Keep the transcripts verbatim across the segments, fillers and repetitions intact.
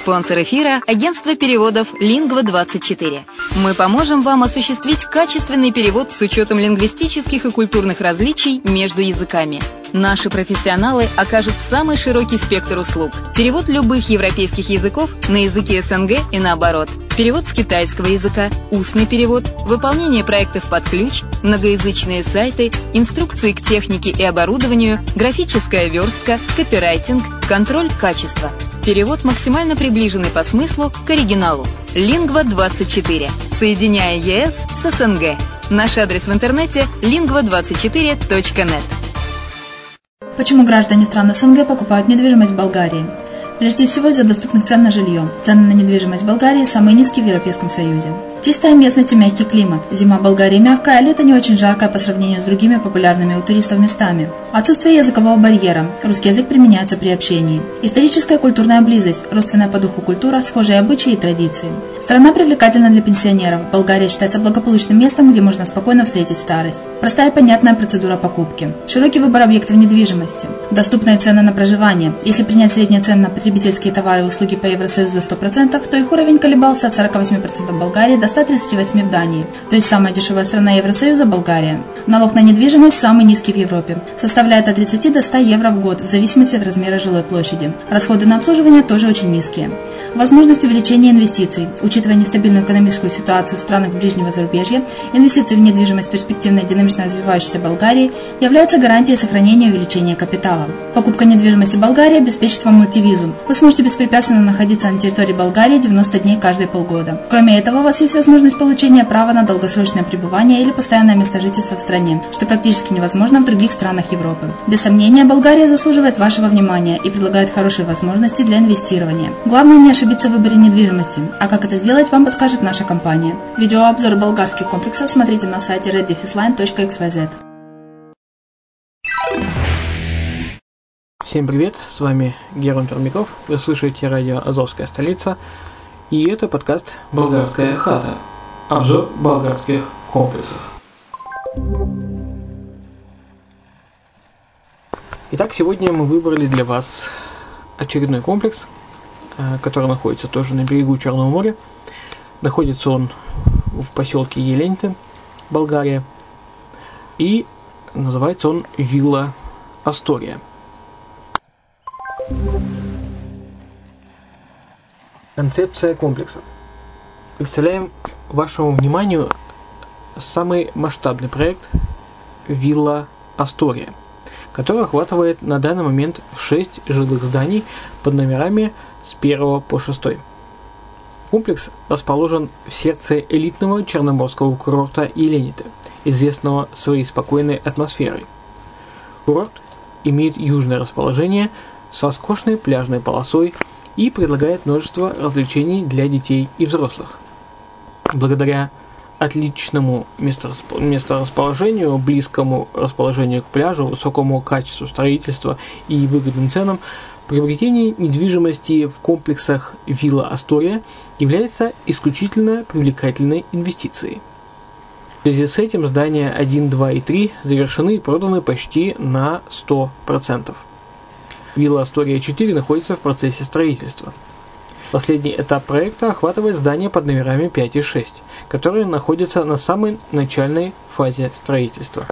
Спонсор эфира – агентство переводов Lingva двадцать четыре. Мы поможем вам осуществить качественный перевод с учетом лингвистических и культурных различий между языками. Наши профессионалы окажут самый широкий спектр услуг. Перевод любых европейских языков на языки СНГ и наоборот. Перевод с китайского языка, устный перевод, выполнение проектов под ключ, многоязычные сайты, инструкции к технике и оборудованию, графическая верстка, копирайтинг, контроль качества. Перевод максимально приближенный по смыслу к оригиналу. Lingva двадцать четыре. Соединяя ЕС с СНГ. Наш адрес в интернете lingva двадцать четыре точка нет. Почему граждане стран СНГ покупают недвижимость в Болгарии? Прежде всего из-за доступных цен на жилье. Цены на недвижимость в Болгарии самые низкие в Европейском Союзе. Чистая местность и мягкий климат. Зима в Болгарии мягкая, а лето не очень жаркое по сравнению с другими популярными у туристов местами. Отсутствие языкового барьера. Русский язык применяется при общении. Историческая и культурная близость. Родственная по духу культура, схожие обычаи и традиции. Страна привлекательна для пенсионеров. Болгария считается благополучным местом, где можно спокойно встретить старость. Простая и понятная процедура покупки. Широкий выбор объектов недвижимости. Доступные цены на проживание. Если принять средние цены на потребительские товары и услуги по Евросоюзу за сто процентов, то их уровень колебался от сорок восемь процентов в Болгарии до ста тридцати восьми процентов в Дании. То есть самая дешевая страна Евросоюза – Болгария. Налог на недвижимость самый низкий в Европе. Составляет от тридцати до ста евро в год, в зависимости от размера жилой площади. Расходы на обслуживание тоже очень низкие. Возможность увеличения инвестиций. Учитывая нестабильную экономическую ситуацию в странах ближнего зарубежья, инвестиции в недвижимость в перспективной динамично развивающейся Болгарии являются гарантией сохранения и увеличения капитала. Покупка недвижимости в Болгарии обеспечит вам мультивизу. Вы сможете беспрепятственно находиться на территории Болгарии девяносто дней каждые полгода. Кроме этого, у вас есть возможность получения права на долгосрочное пребывание или постоянное место жительства в стране, что практически невозможно в других странах Европы. Без сомнения, Болгария заслуживает вашего внимания и предлагает хорошие возможности для инвестирования. Главное не ошибиться в выборе недвижимости, а как это сделать, вам подскажет наша компания. Видеообзор болгарских комплексов смотрите на сайте red dash line точка икс вай зет. Всем привет, с вами Герман Пермяков, вы слышите радио «Азовская столица», и это подкаст «Болгарская хата», обзор болгарских комплексов. Итак, сегодня мы выбрали для вас очередной комплекс, который находится тоже на берегу Черного моря. Находится он в поселке Елените, Болгария, и называется он «Вилла Астория». Концепция комплекса. Представляем вашему вниманию самый масштабный проект «Вилла Астория», который охватывает на данный момент шесть жилых зданий под номерами с первого по шестой. Комплекс расположен в сердце элитного черноморского курорта Елените, известного своей спокойной атмосферой. Курорт имеет южное расположение с роскошной пляжной полосой и предлагает множество развлечений для детей и взрослых. Благодаря отличному месторасположению, близкому расположению к пляжу, высокому качеству строительства и выгодным ценам, приобретение недвижимости в комплексах Вилла Астория является исключительно привлекательной инвестицией. В связи с этим здания один, два и три завершены и проданы почти на сто процентов. Вилла Астория четыре находится в процессе строительства. Последний этап проекта охватывает здания под номерами пять и шесть, которые находятся на самой начальной фазе строительства.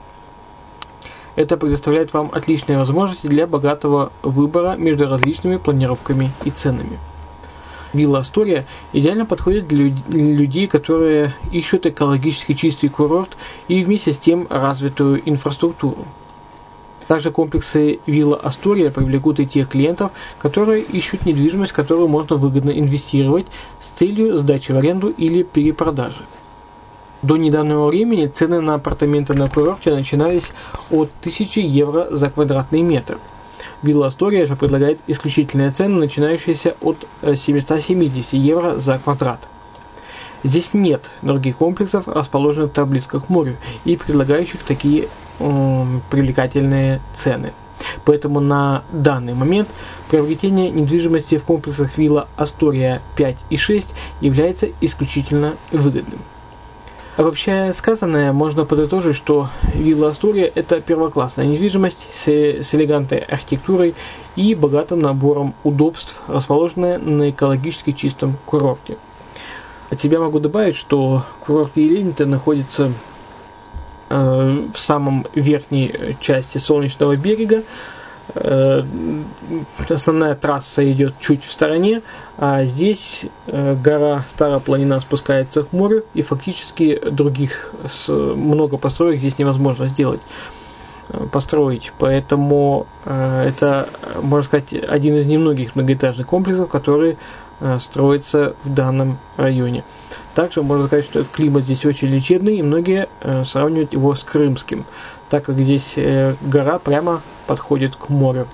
Это предоставляет вам отличные возможности для богатого выбора между различными планировками и ценами. Вилла Астория идеально подходит для людей, которые ищут экологически чистый курорт и вместе с тем развитую инфраструктуру. Также комплексы Вилла Астория привлекут и тех клиентов, которые ищут недвижимость, в которую можно выгодно инвестировать с целью сдачи в аренду или перепродажи. До недавнего времени цены на апартаменты на курорте начинались от тысячи евро за квадратный метр. Вилла Астория же предлагает исключительные цены, начинающиеся от семьсот семьдесят евро за квадрат. Здесь нет других комплексов, расположенных так близко к морю и предлагающих такие э, привлекательные цены. Поэтому на данный момент приобретение недвижимости в комплексах Вилла Астория пять и шесть является исключительно выгодным. Обобщая сказанное, можно подытожить, что Вилла Астория – это первоклассная недвижимость с, с элегантной архитектурой и богатым набором удобств, расположенная на экологически чистом курорте. От себя могу добавить, что курорт Еленита находится э, в самом верхней части Солнечного берега. Э, основная трасса идет чуть в стороне, а здесь э, гора Старая Планина спускается к морю, и фактически других с, много построек здесь невозможно сделать, э, построить. Поэтому э, это, можно сказать, один из немногих многоэтажных комплексов, которые строится в данном районе. Также можно сказать, что климат здесь очень лечебный, и многие э, сравнивают его с крымским, так как здесь э, гора прямо подходит к морю.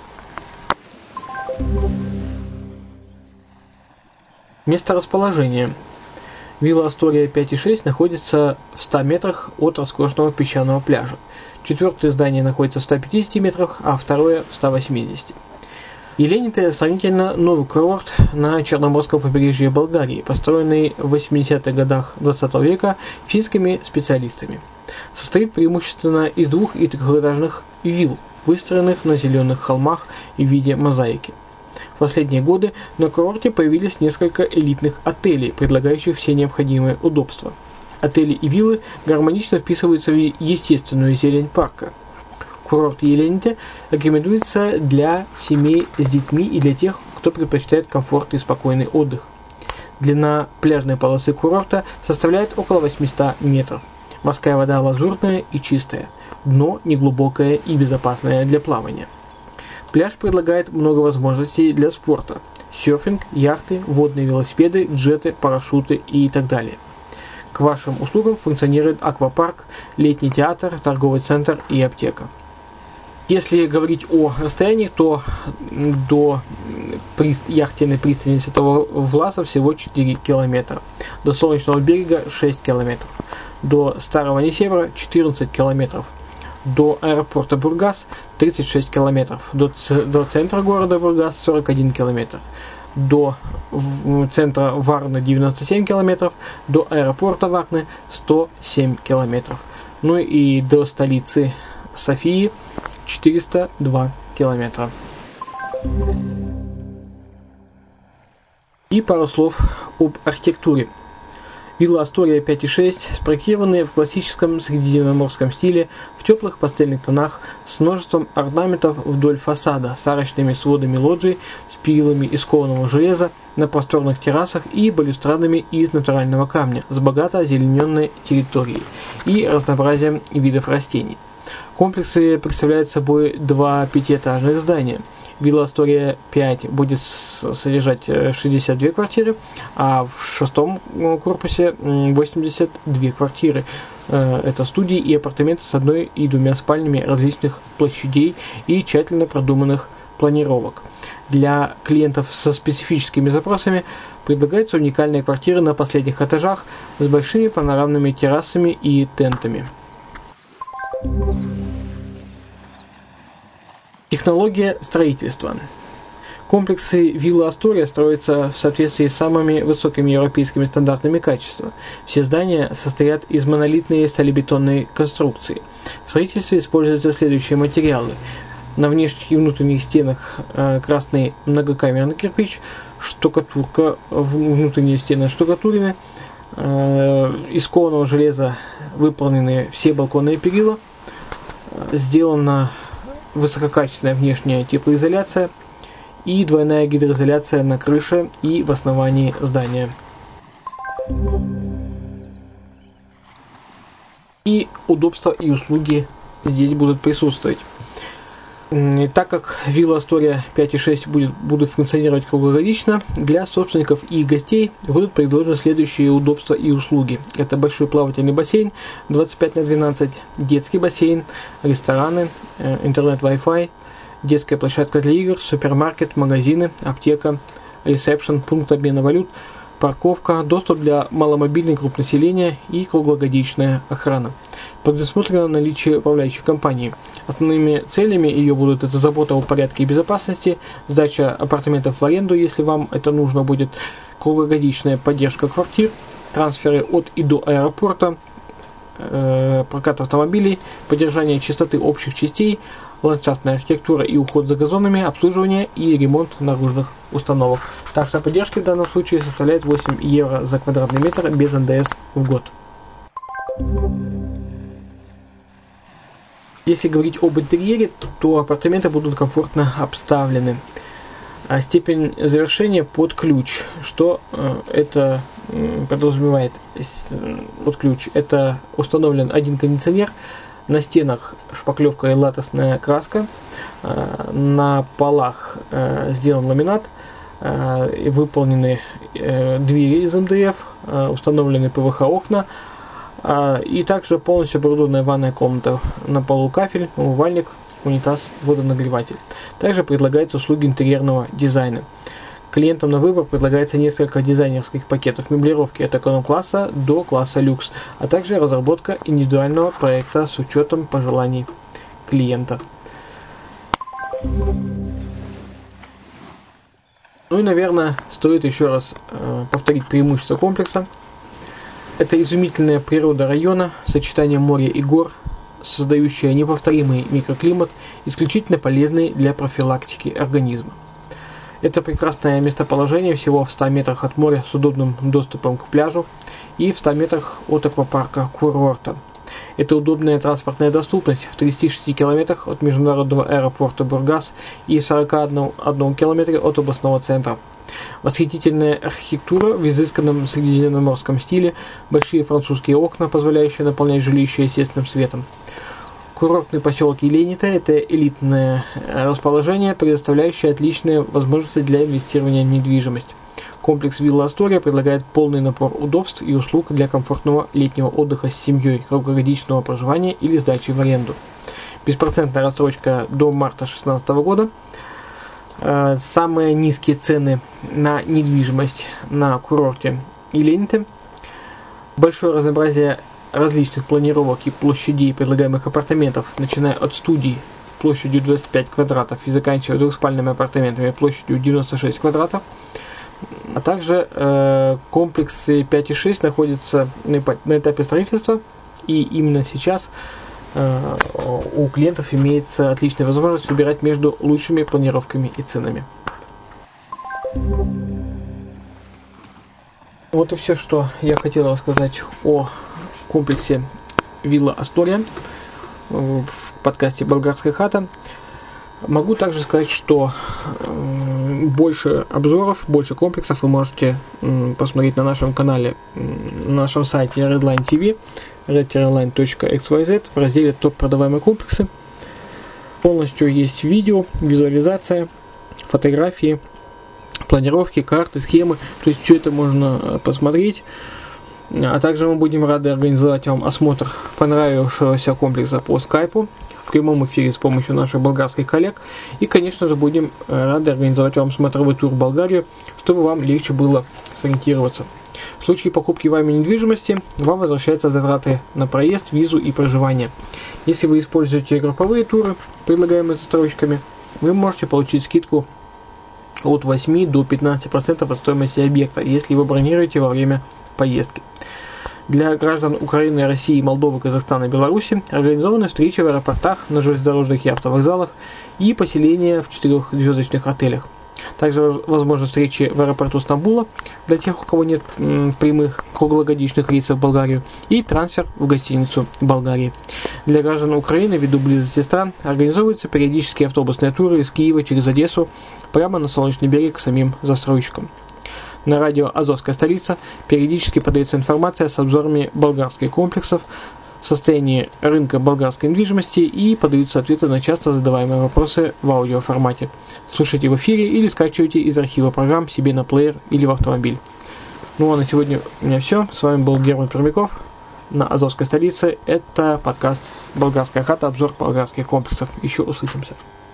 Месторасположение. Вилла Астория пять и шесть находится в ста метрах от роскошного песчаного пляжа. Четвертое здание находится в ста пятидесяти метрах, а второе в ста восьмидесяти. Еленита – сравнительно новый курорт на Черноморском побережье Болгарии, построенный в восьмидесятых годах двадцатого века финскими специалистами. Состоит преимущественно из двух- и трехэтажных вилл, выстроенных на зеленых холмах в виде мозаики. В последние годы на курорте появились несколько элитных отелей, предлагающих все необходимые удобства. Отели и виллы гармонично вписываются в естественную зелень парка. Курорт Еленита рекомендуется для семей с детьми и для тех, кто предпочитает комфорт и спокойный отдых. Длина пляжной полосы курорта составляет около восьмисот метров. Морская вода лазурная и чистая, дно неглубокое и безопасное для плавания. Пляж предлагает много возможностей для спорта: серфинг, яхты, водные велосипеды, джеты, парашюты и так далее. К вашим услугам функционирует аквапарк, летний театр, торговый центр и аптека. Если говорить о расстоянии, то до прист- яхтенной пристани Святого Власа всего четыре километра, до Солнечного берега шесть километров, до Старого Несебра четырнадцать километров, до аэропорта Бургас тридцать шесть километров, до, ц- до центра города Бургас сорок один километр, до в- центра Варны девяносто семь километров, до аэропорта Варны сто семь километров, ну и до столицы Софии четыреста два километра. И пару слов об архитектуре. Вилла Астория пять и шесть спроектированы в классическом средиземноморском стиле, в теплых пастельных тонах, с множеством орнаментов вдоль фасада, с арочными сводами лоджий, с перилами из кованого железа, на просторных террасах и балюстрадами из натурального камня, с богато озелененной территорией и разнообразием видов растений. Комплексы представляют собой два пятиэтажных здания. Вилла Астория пять будет содержать шестьдесят две квартиры, а в шестом корпусе восемьдесят две квартиры. Это студии и апартаменты с одной и двумя спальнями различных площадей и тщательно продуманных планировок. Для клиентов со специфическими запросами предлагаются уникальные квартиры на последних этажах с большими панорамными террасами и тентами. Технология строительства. Комплексы Вилла Астория строятся в соответствии с самыми высокими европейскими стандартами качества. Все здания состоят из монолитной сталебетонной конструкции. В строительстве используются следующие материалы: на внешних и внутренних стенах э, красный многокамерный кирпич, штукатурка, внутренние стены штукатурены, э, из кованого железа выполнены все балконные перила, э, сделана высококачественная внешняя теплоизоляция и двойная гидроизоляция на крыше и в основании здания. И удобства и услуги здесь будут присутствовать. И так как Вилла Астория пять и шесть будет, будут функционировать круглогодично, для собственников и гостей будут предложены следующие удобства и услуги. Это большой плавательный бассейн двадцать пять на двенадцать, детский бассейн, рестораны, интернет Wi-Fi, детская площадка для игр, супермаркет, магазины, аптека, ресепшн, пункт обмена валют, парковка, доступ для маломобильной группы населения и круглогодичная охрана. Предусмотрено наличие управляющей компании. Основными целями ее будут это забота о порядке и безопасности, сдача апартаментов в аренду, если вам это нужно будет, круглогодичная поддержка квартир, трансферы от и до аэропорта, э, прокат автомобилей, поддержание чистоты общих частей, ландшафтная архитектура и уход за газонами, обслуживание и ремонт наружных установок. Такса поддержки в данном случае составляет восемь евро за квадратный метр без эн дэ эс в год. Если говорить об интерьере, то апартаменты будут комфортно обставлены. А степень завершения под ключ. Что э, это э, подразумевает под ключ? Это установлен один кондиционер, на стенах шпаклевка и латексная краска, э, на полах э, сделан ламинат, э, выполнены э, двери из эм дэ эф, э, установлены пэ вэ ха окна, э, и также полностью оборудованная ванная комната. На полу кафель, умывальник, унитаз, водонагреватель. Также предлагаются услуги интерьерного дизайна. Клиентам на выбор предлагается несколько дизайнерских пакетов меблировки от эконом-класса до класса люкс, а также разработка индивидуального проекта с учетом пожеланий клиента. Ну и, наверное, стоит еще раз э, повторить преимущества комплекса. Это изумительная природа района, сочетание моря и гор, создающая неповторимый микроклимат, исключительно полезный для профилактики организма. Это прекрасное местоположение всего в ста метрах от моря с удобным доступом к пляжу и в ста метрах от аквапарка курорта. Это удобная транспортная доступность в тридцати шести километрах от международного аэропорта Бургас и в сорока одном километре от областного центра. Восхитительная архитектура в изысканном средиземноморском стиле, большие французские окна, позволяющие наполнять жилище естественным светом. Курортный поселок Еленита – это элитное расположение, предоставляющее отличные возможности для инвестирования в недвижимость. Комплекс Вилла Астория предлагает полный набор удобств и услуг для комфортного летнего отдыха с семьей, круглогодичного проживания или сдачи в аренду. Беспроцентная рассрочка до марта две тысячи шестнадцатого года. Самые низкие цены на недвижимость на курорте Елениты. Большое разнообразие различных планировок и площадей предлагаемых апартаментов, начиная от студий площадью двадцать пять квадратов и заканчивая двухспальными апартаментами площадью девяносто шесть квадратов. А также э, комплексы пять и шесть находятся на, на этапе строительства, и именно сейчас э, у клиентов имеется отличная возможность выбирать между лучшими планировками и ценами. Вот и все, что я хотел рассказать о комплексе Вилла Астория в подкасте «Болгарская хата». Могу также сказать, что больше обзоров, больше комплексов вы можете посмотреть на нашем канале, на нашем сайте Redline ти ви, red line точка икс уай зет в разделе «Топ продаваемые комплексы». Полностью есть видео, визуализация, фотографии, планировки, карты, схемы. То есть все это можно посмотреть. А также мы будем рады организовать вам осмотр понравившегося комплекса по скайпу в прямом эфире с помощью наших болгарских коллег. И, конечно же, будем рады организовать вам смотровой тур в Болгарию, чтобы вам легче было сориентироваться. В случае покупки вами недвижимости вам возвращаются затраты на проезд, визу и проживание. Если вы используете групповые туры, предлагаемые застройщиками, вы можете получить скидку от восьми до пятнадцати процентов от стоимости объекта, если вы бронируете во время поездки. Для граждан Украины, России, Молдовы, Казахстана и Беларуси организованы встречи в аэропортах, на железнодорожных и автовокзалах и поселения в четырехзвездочных отелях. Также возможны встречи в аэропорту Стамбула для тех, у кого нет м, прямых круглогодичных рейсов в Болгарию, и трансфер в гостиницу Болгарии. Для граждан Украины, ввиду близости стран, организовываются периодические автобусные туры из Киева через Одессу прямо на Солнечный берег к самим застройщикам. На радио «Азовская столица» периодически подается информация с обзорами болгарских комплексов, состоянии рынка болгарской недвижимости и подаются ответы на часто задаваемые вопросы в аудиоформате. Слушайте в эфире или скачивайте из архива программ себе на плеер или в автомобиль. Ну а на сегодня у меня все. С вами был Герман Пермяков на «Азовской столице». Это подкаст «Болгарская хата», обзор болгарских комплексов. Еще услышимся.